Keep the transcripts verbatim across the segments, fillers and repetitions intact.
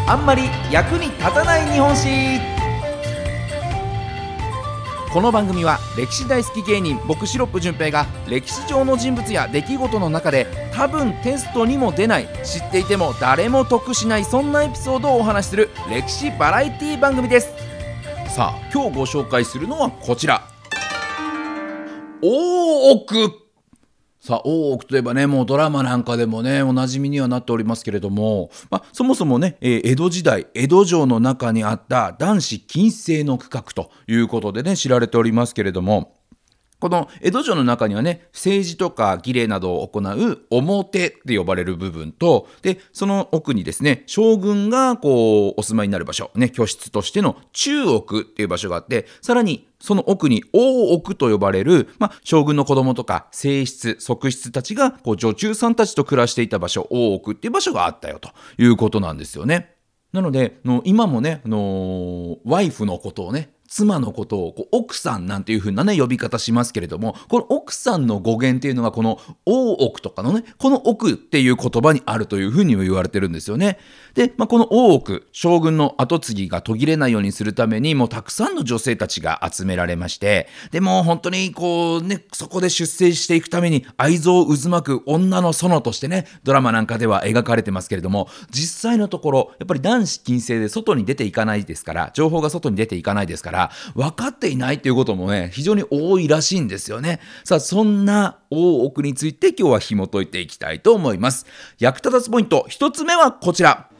あんまり役に立たない日本史。この番組は歴史大好き芸人僕シロップ純平が歴史上の人物や出来事の中で多分テストにも出ない、知っていても誰も得しない、そんなエピソードをお話しする歴史バラエティ番組です。さあ今日ご紹介するのはこちら、大奥。さあ大奥といえばね、もうドラマなんかでもねおなじみにはなっておりますけれども、まあ、そもそもね、えー、江戸時代江戸城の中にあった男子禁制の区画ということでね知られておりますけれども、この江戸城の中にはね、政治とか儀礼などを行う表って呼ばれる部分と、でその奥にですね、将軍がこうお住まいになる場所、ね、居室としての中奥っていう場所があって、さらにその奥に大奥と呼ばれる、まあ、将軍の子供とか正室側室たちがこう女中さんたちと暮らしていた場所、大奥っていう場所があったよということなんですよね。なのでの今もね、あのー、ワイフのことをね、妻のことをこう奥さんなんていう風なね呼び方しますけれども、この奥さんの語源っていうのがこの大奥とかのね、この奥っていう言葉にあるという風に言われてるんですよね。で、まあ、この大奥、将軍の跡継ぎが途切れないようにするためにもうたくさんの女性たちが集められまして、でもう本当にこうね、そこで出世していくために愛憎渦巻く女の園としてね、ドラマなんかでは描かれてますけれども、実際のところやっぱり男子禁制で外に出ていかないですから、情報が外に出ていかないですから分かっていないということもね非常に多いらしいんですよね。さあそんな大奥について今日は紐解いていきたいと思います。役立たずポイント一つ目はこちら、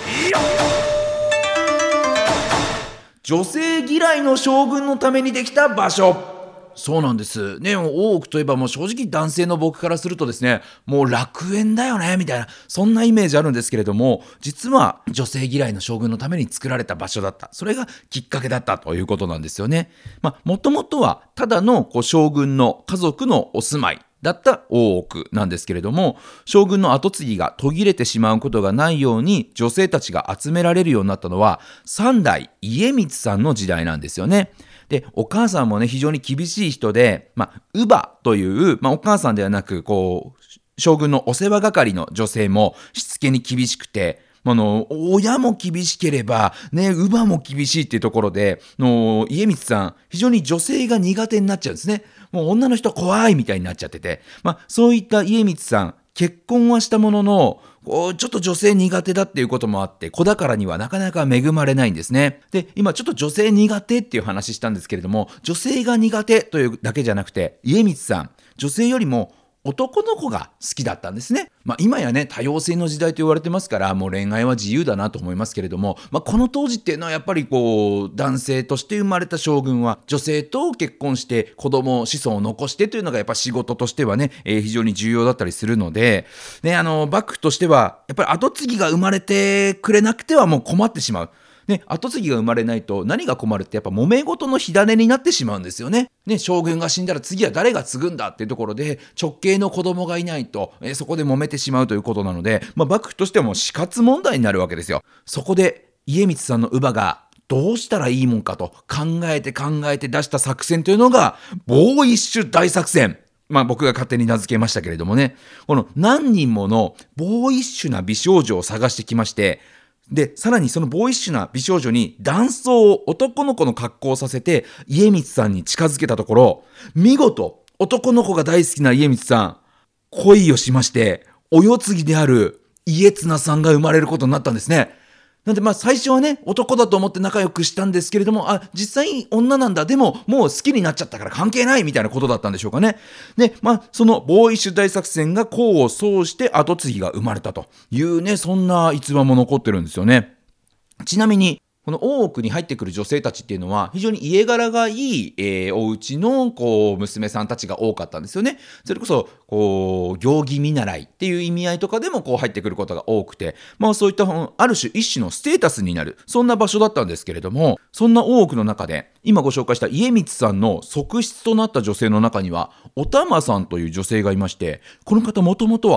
女性嫌いの将軍のためにできた場所。そうなんですね。大奥といえばもう正直男性の僕からするとですね、もう楽園だよねみたいな、そんなイメージあるんですけれども、実は女性嫌いの将軍のために作られた場所だった、それがきっかけだったということなんですよね。まあもともとはただのこう将軍の家族のお住まいだった大奥なんですけれども、将軍の跡継ぎが途切れてしまうことがないように女性たちが集められるようになったのは三代家光さんの時代なんですよね。でお母さんもね非常に厳しい人で、まあ、乳母という、まあ、お母さんではなくこう将軍のお世話係の女性もしつけに厳しくて、あの親も厳しければ、ね、乳母も厳しいっていうところでの家光さん非常に女性が苦手になっちゃうんですね。もう女の人怖いみたいになっちゃってて、まあ、そういった家光さん結婚はしたもののちょっと女性苦手だっていうこともあって子宝にはなかなか恵まれないんですね。で今ちょっと女性苦手っていう話したんですけれども、女性が苦手というだけじゃなくて家光さん女性よりも男の子が好きだったんですね。まあ、今やね多様性の時代と言われてますからもう恋愛は自由だなと思いますけれども、まあ、この当時っていうのはやっぱりこう男性として生まれた将軍は女性と結婚して子供子孫を残してというのがやっぱ仕事としてはね、えー、非常に重要だったりするので、ね、あの幕府としてはやっぱり跡継ぎが生まれてくれなくてはもう困ってしまう。ね、後継ぎが生まれないと何が困るってやっぱ揉め事の火種になってしまうんですよね。ね、将軍が死んだら次は誰が継ぐんだっていうところで直系の子供がいないと、えそこで揉めてしまうということなので、まあ、幕府としても死活問題になるわけですよ。そこで家光さんの乳母がどうしたらいいもんかと考えて考えて出した作戦というのがボーイッシュ大作戦。まあ僕が勝手に名付けましたけれどもね、この何人ものボーイッシュな美少女を探してきまして、でさらにそのボーイッシュな美少女に男装を男の子の格好をさせて家光さんに近づけたところ、見事男の子が大好きな家光さん恋をしまして、お世継ぎである家綱さんが生まれることになったんですね。なんでまあ最初はね男だと思って仲良くしたんですけれども、あ実際女なんだ、でももう好きになっちゃったから関係ないみたいなことだったんでしょうかね。でまあそのボーイッシュ大作戦が功を奏して後継ぎが生まれたというね、そんな逸話も残ってるんですよね。ちなみにこの大奥に入ってくる女性たちっていうのは非常に家柄がいい、えー、お家のこう娘さんたちが多かったんですよね。それこそこう行儀見習いっていう意味合いとかでもこう入ってくることが多くて、まあそういったある種一種のステータスになる、そんな場所だったんですけれども、そんな大奥の中で今ご紹介した家光さんの側室となった女性の中にはお玉さんという女性がいまして、この方もともとは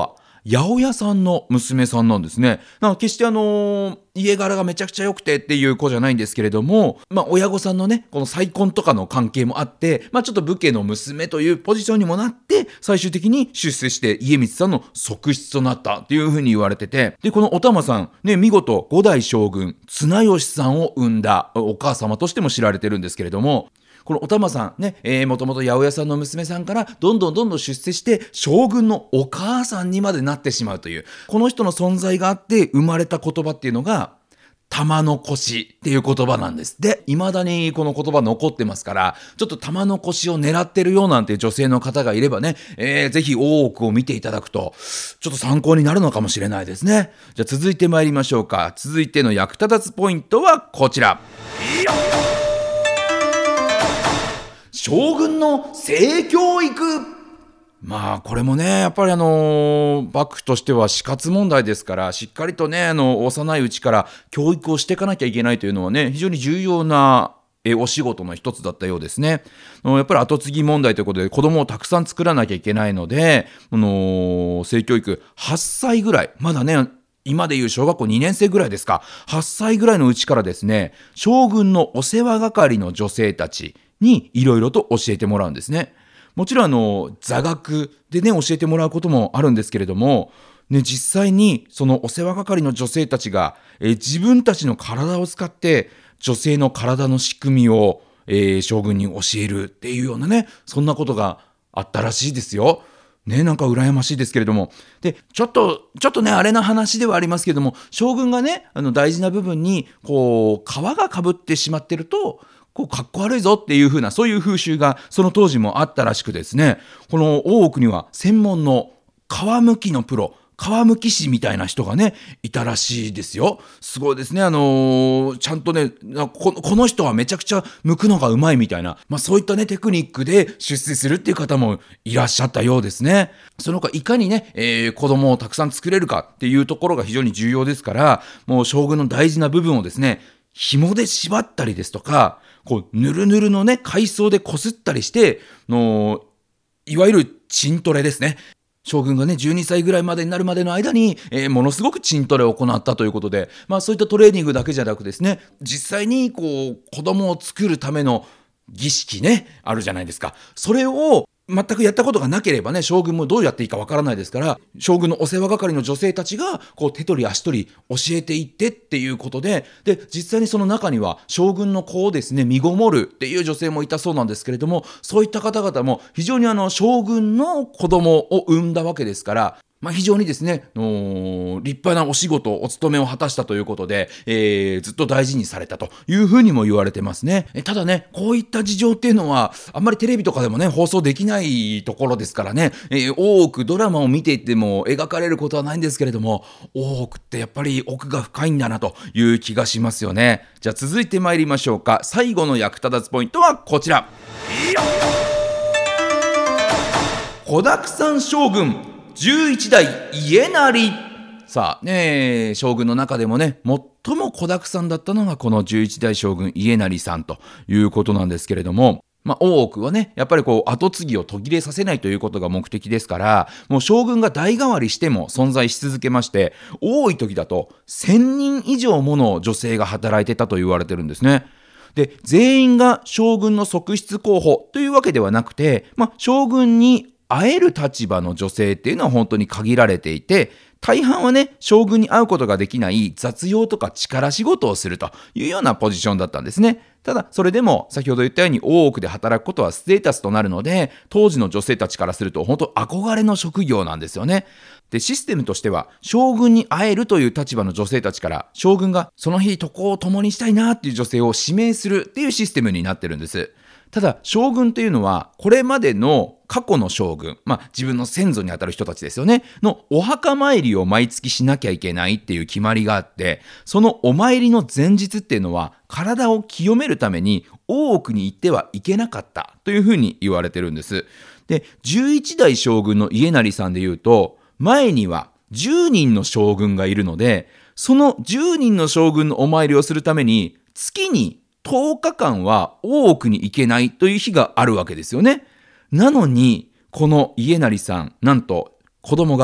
八百屋さんの娘さんなんですね。なんか決してあのー家柄がめちゃくちゃ良くてっていう子じゃないんですけれども、まあ親御さんのね、この再婚とかの関係もあって、まあちょっと武家の娘というポジションにもなって、最終的に出世して家光さんの側室となったっていうふうに言われてて、で、このお玉さん、ね、見事五代将軍、綱吉さんを生んだお母様としても知られてるんですけれども、このお玉さんね、えー、もともと八百屋さんの娘さんからどんどんどんどん出世して将軍のお母さんにまでなってしまうという、この人の存在があって生まれた言葉っていうのが玉の腰っていう言葉なんです。で、未だにこの言葉残ってますから、ちょっと玉の腰を狙ってるようなんていう女性の方がいればね、えー、ぜひ大奥を見ていただくとちょっと参考になるのかもしれないですね。じゃあ続いて参りましょうか。続いての役立たずポイントはこちら。将軍の性教育。まあこれもねやっぱりあの幕府としては死活問題ですから、しっかりとねあの幼いうちから教育をしていかなきゃいけないというのはね非常に重要なえお仕事の一つだったようですね。やっぱり後継ぎ問題ということで子供をたくさん作らなきゃいけないので、あの性教育はっさいぐらい、まだね今でいう小学校にねん生ぐらいですか、はっさいぐらいのうちからですね、将軍のお世話係の女性たちにいろいろと教えてもらうんですね。もちろんあの座学でね教えてもらうこともあるんですけれども、ね、実際にそのお世話係の女性たちが、えー、自分たちの体を使って女性の体の仕組みを、えー、将軍に教えるっていうようなね、そんなことがあったらしいですよ。ね、なんか羨ましいですけれども、でちょっとちょっとねあれな話ではありますけれども、将軍がねあの大事な部分にこう皮がかぶってしまってるとこうかっこ悪いぞっていう風な、そういう風習がその当時もあったらしくですね、この大奥には専門の皮むきのプロ、皮むき師みたいな人がねいたらしいですよ。すごいですね。あのー、ちゃんとねこ、この人はめちゃくちゃ剥くのがうまいみたいな、まあ、そういったねテクニックで出世するっていう方もいらっしゃったようですね。その他いかにね、えー、子供をたくさん作れるかっていうところが非常に重要ですから、もう将軍の大事な部分をですね紐で縛ったりですとか、こうぬるぬるのね海藻でこすったりしてのいわゆるチントレですね。将軍がねじゅうにさいぐらいまでになるまでの間に、えー、ものすごくチントレを行ったということで、まあそういったトレーニングだけじゃなくですね、実際にこう子供を作るための儀式ねあるじゃないですか。それを全くやったことがなければね将軍もどうやっていいかわからないですから、将軍のお世話係の女性たちがこう手取り足取り教えていってっていうことで、で実際にその中には将軍の子をですね身ごもるっていう女性もいたそうなんですけれども、そういった方々も非常にあの将軍の子供を産んだわけですから、まあ、非常にですね、の立派なお仕事、お務めを果たしたということで、えー、ずっと大事にされたというふうにも言われてますね。えただね、こういった事情っていうのは、あんまりテレビとかでもね、放送できないところですからね、えー、多くドラマを見ていても描かれることはないんですけれども、多くってやっぱり奥が深いんだなという気がしますよね。じゃあ続いて参りましょうか。最後の役立たずポイントはこちら。子だくさん将軍じゅういちだい家斉。さあね、将軍の中でもね最も子だくさんだったのがこのじゅういちだい将軍家斉さんということなんですけれども、まあ、大奥はねやっぱりこう後継ぎを途切れさせないということが目的ですから、もう将軍が代替わりしても存在し続けまして、多い時だとせんにん以上もの女性が働いてたと言われてるんですね。で全員が将軍の側室候補というわけではなくて、まあ、将軍に会える立場の女性っていうのは本当に限られていて、大半はね将軍に会うことができない雑用とか力仕事をするというようなポジションだったんですね。ただそれでも先ほど言ったように大奥で働くことはステータスとなるので、当時の女性たちからすると本当憧れの職業なんですよね。でシステムとしては将軍に会えるという立場の女性たちから将軍がその日渡航を共にしたいなっていう女性を指名するっていうシステムになってるんです。ただ将軍というのはこれまでの過去の将軍、まあ自分の先祖にあたる人たちですよねのお墓参りを毎月しなきゃいけないっていう決まりがあって、そのお参りの前日っていうのは体を清めるために大奥に行ってはいけなかったというふうに言われてるんです。でじゅういちだい将軍の家斉さんでいうと、前にはじゅうにんの将軍がいるので、そのじゅうにんの将軍のお参りをするために月にとおかかんは大奥に行けないという日があるわけですよね。なのにこの家斉さん、なんと子供が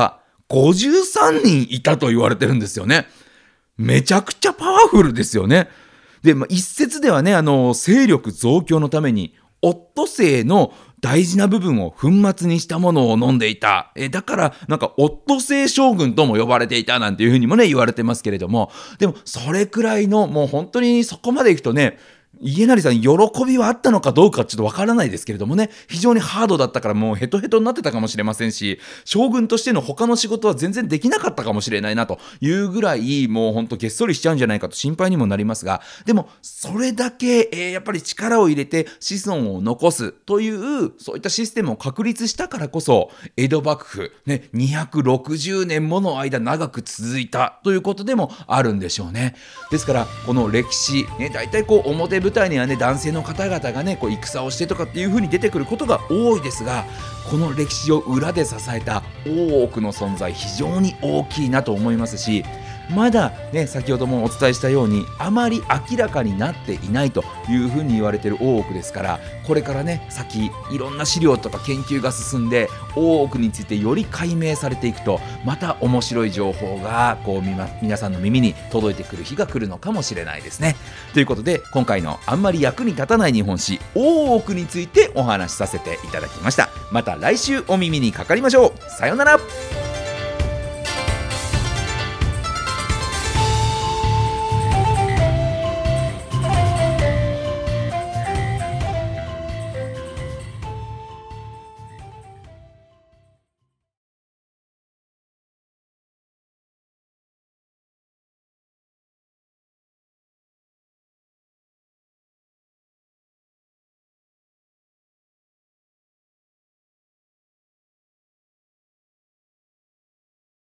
ごじゅうさんにんいたと言われてるんですよね。めちゃくちゃパワフルですよね。で、まあ、一説ではね、あの勢力増強のためにオットセイの大事な部分を粉末にしたものを飲んでいた。えだからなんかオットセイ将軍とも呼ばれていたなんていうふうにもね言われてますけれども、でもそれくらいのもう本当にそこまでいくとね、家成さん喜びはあったのかどうかちょっとわからないですけれどもね、非常にハードだったからもうヘトヘトになってたかもしれませんし、将軍としての他の仕事は全然できなかったかもしれないなというぐらい、もうほんとげっそりしちゃうんじゃないかと心配にもなりますが、でもそれだけ、えーやっぱり力を入れて子孫を残すというそういったシステムを確立したからこそ、江戸幕府、ね、にひゃくろくじゅうねんもの間長く続いたということでもあるんでしょうね。ですからこの歴史、ね、大体こう表舞台にはね男性の方々がねこう戦をしてとかっていう風に出てくることが多いですが、この歴史を裏で支えた大奥の存在非常に大きいなと思いますし、まだね先ほどもお伝えしたようにあまり明らかになっていないというふうに言われている大奥ですから、これからね先いろんな資料とか研究が進んで大奥についてより解明されていくと、また面白い情報がこうみま皆さんの耳に届いてくる日が来るのかもしれないですね。ということで今回のあんまり役に立たない日本史大奥についてお話しさせていただきました。また来週お耳にかかりましょう。さようなら。